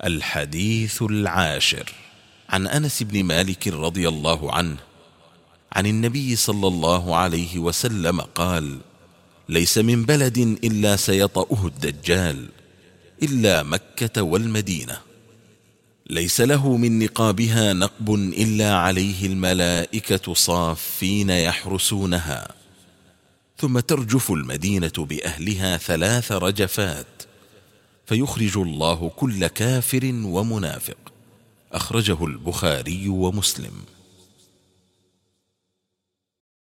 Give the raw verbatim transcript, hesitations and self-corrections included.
الحديث العاشر. عن أنس بن مالك رضي الله عنه عن النبي صلى الله عليه وسلم قال: ليس من بلد إلا سيطأه الدجال إلا مكة والمدينة، ليس له من نقابها نقب إلا عليه الملائكة صافين يحرسونها، ثم ترجف المدينة بأهلها ثلاث رجفات، فيخرج الله كل كافر ومنافق. أخرجه البخاري ومسلم.